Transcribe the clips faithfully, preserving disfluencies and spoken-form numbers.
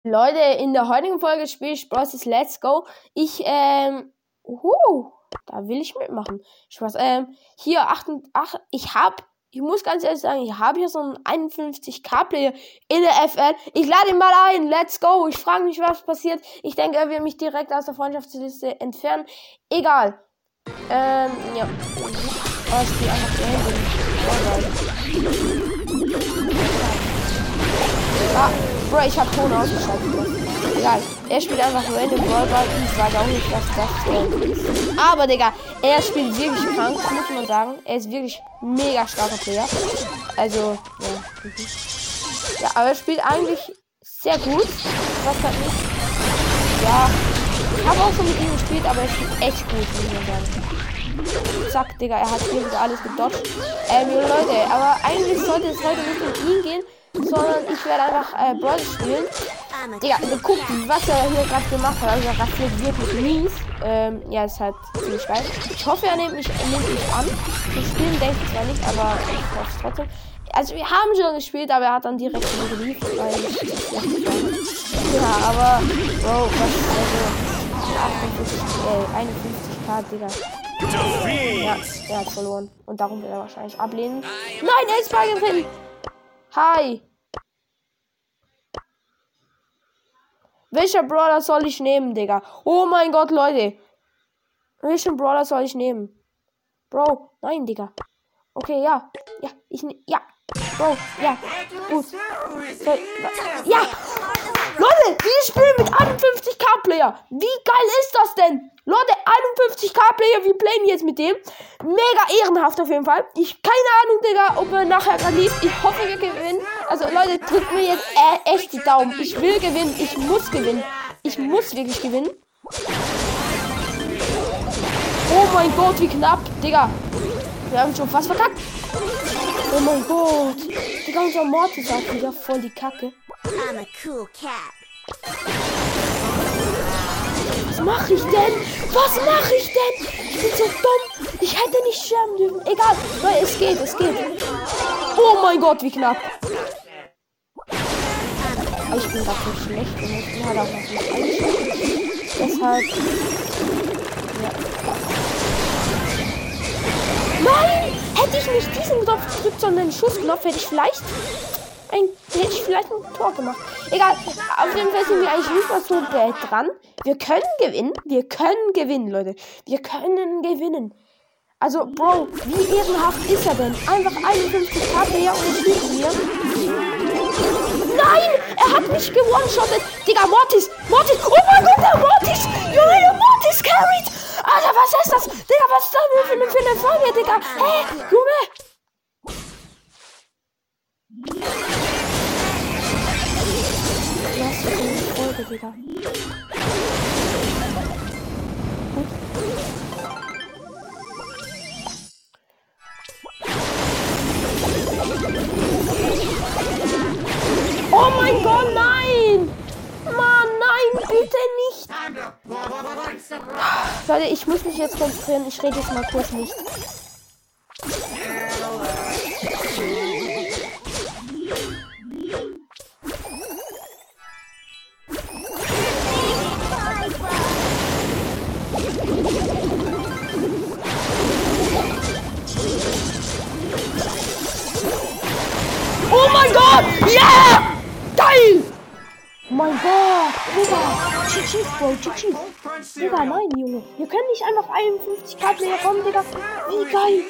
Leute, in der heutigen Folge spiele ich Brawl Stars Let's Go. Ich, ähm, uh, da will ich mitmachen. Spaß, ähm, hier, acht, acht, ich hab, ich muss ganz ehrlich sagen, ich habe hier so einen einundfünfzig K Player in der F L. Ich lade ihn mal ein, let's go. Ich frage mich, was passiert. Ich denke, er wird mich direkt aus der Freundschaftsliste entfernen. Egal. Ähm, ja. Oh, ich spiele einfach random. Ah, Bro, ich hab Ton ausgeschaltet. Egal, er spielt einfach random Brawlball. Ich weiß auch nicht, was das äh, ist. Aber, Digga, er spielt wirklich krank, muss man sagen. Er ist wirklich mega starker Player. Also, ja. Mhm. Ja, aber er spielt eigentlich sehr gut. Was halt nicht. Ja, ich habe auch schon mit ihm gespielt, aber er spielt echt gut, muss man sagen. Zack, Digga, er hat hier wieder alles gedodged. Ähm, Leute, aber eigentlich sollte es heute nicht um ihn gehen, sondern ich werde einfach äh, Brawl spielen. Digga, guckt, was er hier gerade gemacht hat. Also er rasiert wirklich mies. Ähm, ja, ist halt ziemlich geil. Ich hoffe, er nimmt mich, nimmt mich an. Wir spielen, denke ich zwar nicht, aber ich hoffe es trotzdem. Also wir haben schon gespielt, aber er hat dann direkt wieder geliebt, weil ja, ja, aber Bro, was also achtundfünfzig, äh, einundfünfzig K, Digga. Ja, er hat verloren. Und darum wird er wahrscheinlich ablehnen. Nein, er ist bei drin. Hi. Welcher Brawler soll ich nehmen, Digga? Oh mein Gott, Leute. Welchen Brawler soll ich nehmen? Bro, nein, Digga. Okay, ja. Ja, ich ne ja. Bro, ja. Gut. So, ja. Leute, wir spielen mit einundfünfzig K Player. Wie geil ist das denn? Leute, einundfünfzig K Player, wir playen jetzt mit dem. Mega ehrenhaft auf jeden Fall. Ich keine Ahnung, Digga, ob er nachher gerade liegt. Ich hoffe, wir gewinnen. Also, Leute, drückt mir jetzt äh, echt die Daumen. Ich will gewinnen. Ich muss gewinnen. Ich muss wirklich gewinnen. Oh mein Gott, wie knapp, Digga. Wir haben schon fast verkackt. Oh mein Gott. Digga, unser Mortis sagt wieder voll die Kacke. I'm a cool cat. Was mache ich denn? Was mache ich denn? Ich bin so dumm. Ich hätte nicht sterben dürfen. Egal. Nein, es geht, es geht. Oh mein Gott, wie knapp. Ich bin gerade so schlecht und ich bin halt auch noch nicht eingeschaltet. Deshalb. Ja. Nein! Hätte ich nicht diesen Knopf gedrückt, sondern den Schussknopf, hätte ich vielleicht ein, hätte ich vielleicht ein Tor gemacht. Egal, auf jeden Fall sind wir eigentlich nicht mal so äh, dran. Wir können gewinnen. Wir können gewinnen, Leute. Wir können gewinnen. Also, Bro, wie ehrenhaft ist er denn? Einfach einundfünfzig K Player und ich liege hier. Nein! Er hat mich gewone-shottet. Digga, Mortis! Mortis! Oh mein Gott, der Mortis! Junge, der Mortis carried! Alter, was ist das? Digga, was ist das für eine, für eine Folge, Digga? Hä? Hey, Junge! Was für eine Folge, Digga? Oh mein Gott, nein! Mann, nein, bitte nicht! Leute, ich muss mich jetzt konzentrieren. Ich rede jetzt mal kurz nicht. Oh mein Gott! Ja! Yeah! Geil! Oh mein Gott! Digga! Chichi, Bro, Chichi! Digga, nein, Junge. Wir können nicht einfach einundfünfzig K Player kommen, Digga. Wie geil!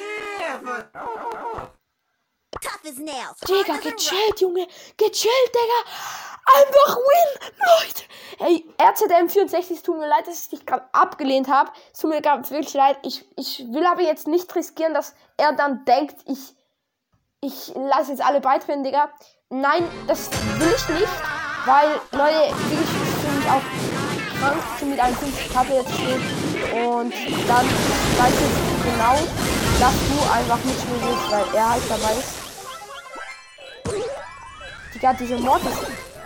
Digga, gechillt, Junge! Gechillt, Digga! Einfach win! Leute! Hey, R Z M vierundsechzig, es tut mir leid, dass ich dich gerade abgelehnt habe. Es tut mir gerade wirklich leid. Ich, ich will aber jetzt nicht riskieren, dass er dann denkt, ich... Ich lasse jetzt alle beitreten, Digga. Nein, das will ich nicht. Weil, Leute, wirklich, ich fühle mich auch krank, mit einem fünfzig K jetzt stehen. Und dann weiß ich genau, dass du einfach mitspielen willst, weil er halt dabei ist. Digga, diese Mortis.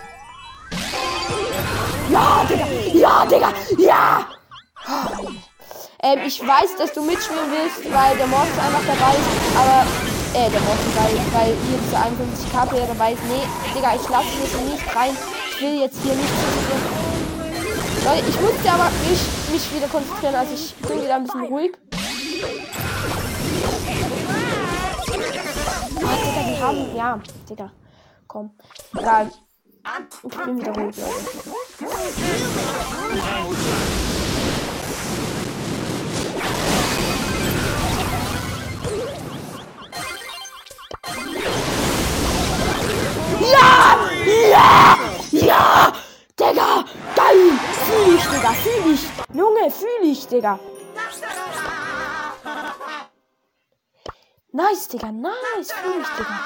Ja, Digga! Ja, Digga! Ja! Ähm, ich weiß, dass du mitspielen willst, weil der Mortis einfach dabei ist, aber... Äh, der Mortis, weil, weil hier diese einundfünfzig K Player dabei ist. Nee, Digga, ich lasse das nicht rein. Ich ich will jetzt hier nicht. Leute, ich musste aber mich, mich wieder konzentrieren, also ich bin wieder ein bisschen ruhig. Ah, Digga, die haben. Ja, Digga. Komm. Egal. Ich bin wieder ruhig, Leute. Ja! Ja! Ja! Digga! Geil! Fühl ich, Digga! Fühl ich! Junge, fühl ich, Digga! Nice, Digga! Nice! Fühl ich, Digga!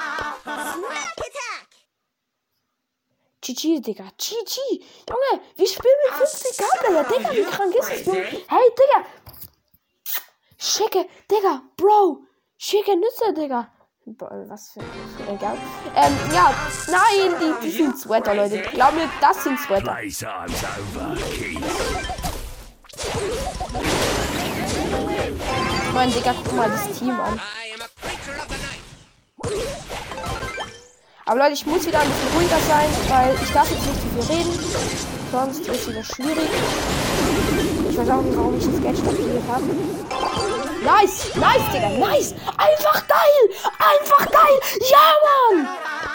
G G, Digga! G G! Junge, wir spielen mit fünfzig K, Digga! Wie krank ist das, Junge? Hey, Digga! Schicke, Digga! Bro! Schicke Nüsse, Digga! Was für egal. Ähm, ja, nein, die, die sind Sweater, Leute. Glaub mir, das sind Sweater. Mein Digga, guck mal das Team an. Aber Leute, ich muss wieder ein bisschen ruhiger sein, weil ich darf jetzt nicht so viel reden. Sonst ist es wieder schwierig. Ich weiß auch nicht, warum ich das Geld stabiliert habe. Nice, nice, Digga, nice. Einfach geil, einfach geil. Ja, Mann.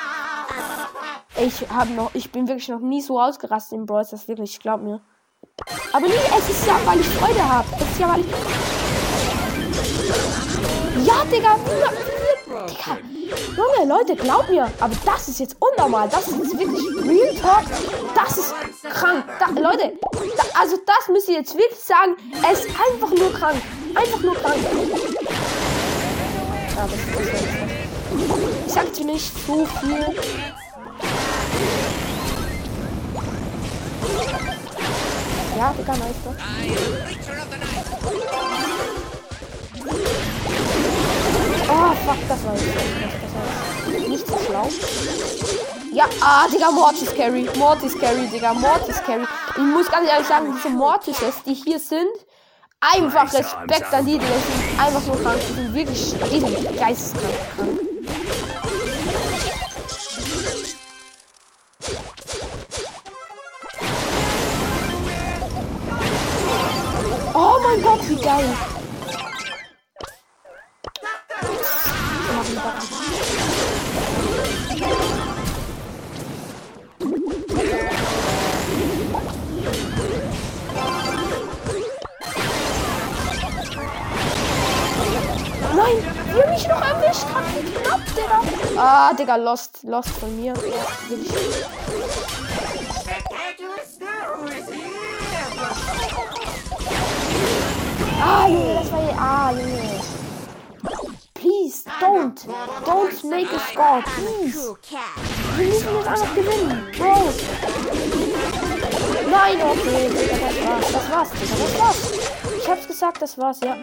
Ich habe noch, ich bin wirklich noch nie so ausgerastet im Brawl Stars, wirklich, glaub mir. Aber nee, es ist ja, weil ich Freude habe. Es ist ja, weil ich... Ja, Digga, Digga. Junge, Leute, glaubt mir, aber das ist jetzt unnormal. Das ist jetzt wirklich Real Talk. Das ist krank. Da, Leute, da, also das müsst ihr jetzt wirklich sagen. Es ist einfach nur krank. Einfach nur krank. Ja, das ist das. Ich sag dir nicht so viel. Ja, Digga, nice, doch. Oh, fuck, das war jetzt das war nicht so schlau. Ja, ah, Digga, Mortis Carry. Mortis Carry, Digga, Mortis Carry. Ich muss ganz ehrlich sagen, diese Mortises, die hier sind, einfach Respekt an die, die sind einfach so krank. Die sind wirklich, die sind geisteskrank. Oh mein Gott, wie geil. Nein, wie er mich noch erwischt hat. Knapp, Digga. Ah, Digga, lost. Lost von mir. Ah, Junge, das war hier. Ah, Junge. Please, don't. Don't make a score, please. Wir müssen jetzt einfach gewinnen. Bro. Nein, okay. Digga, das war's. Das war's, Digga, das war's. Ich hab's gesagt, das war's, ja.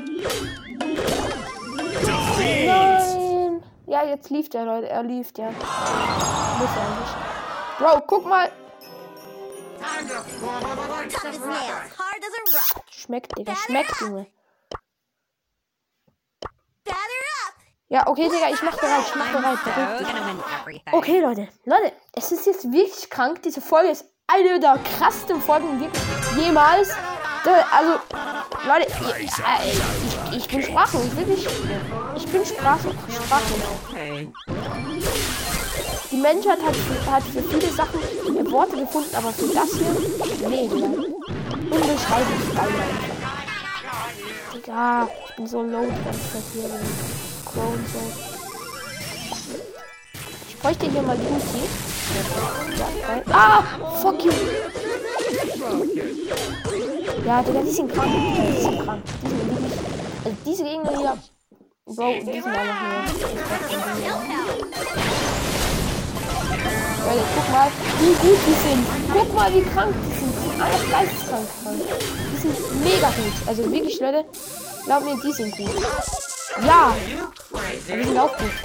Nein. Ja, jetzt lief der, Leute. Er lief, ja. Muss er nicht. Bro, guck mal. Schmeckt, Digga. Schmeckt, Junge. Ja, okay, Digga. Ich mach bereit. Ich mach bereit. Okay, Leute. Leute, es ist jetzt wirklich krank. Diese Folge ist eine der krassesten Folgen wirklich jemals. Also, Leute, ich, ich, ich bin sprachlos, wirklich. Ich bin sprachlos. sprachlos. Die Menschheit hat, hat für viele Sachen Worte gefunden, aber für das hier, nee, Digga. Unbeschreiblich geil. Digga, ich bin so low die ganze Zeit hier. Crown so. Ich bräuchte hier mal die Ulti. Ja, ah, fuck you. Ja, Digga, die sind krank. Die sind krank. Die sind wirklich. Also diese Gegner hier. Bro, die sind einfach nur. Leute, guck mal, wie gut die sind. Guck mal, wie krank die sind. Die sind einfach geisteskrank krank. Die sind mega gut. Also wirklich, Leute. Glaub mir, die sind gut. Ja. Aber die sind auch gut.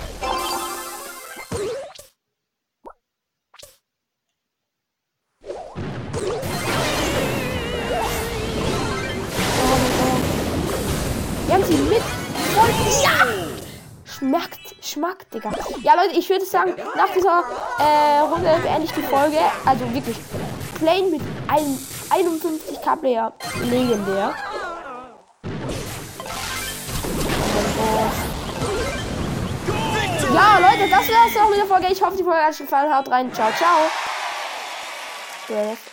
Wir haben sie mit. Ja! schmeckt, schmeckt, Digga. Ja, Leute, ich würde sagen, nach dieser äh, Runde beende ich die Folge. Also wirklich, Plain mit einem einundfünfzig K Player, legendär. Ja, Leute, das wäre es auch mit der Folge. Ich hoffe, die Folge hat euch gefallen. Haut rein. Ciao, ciao.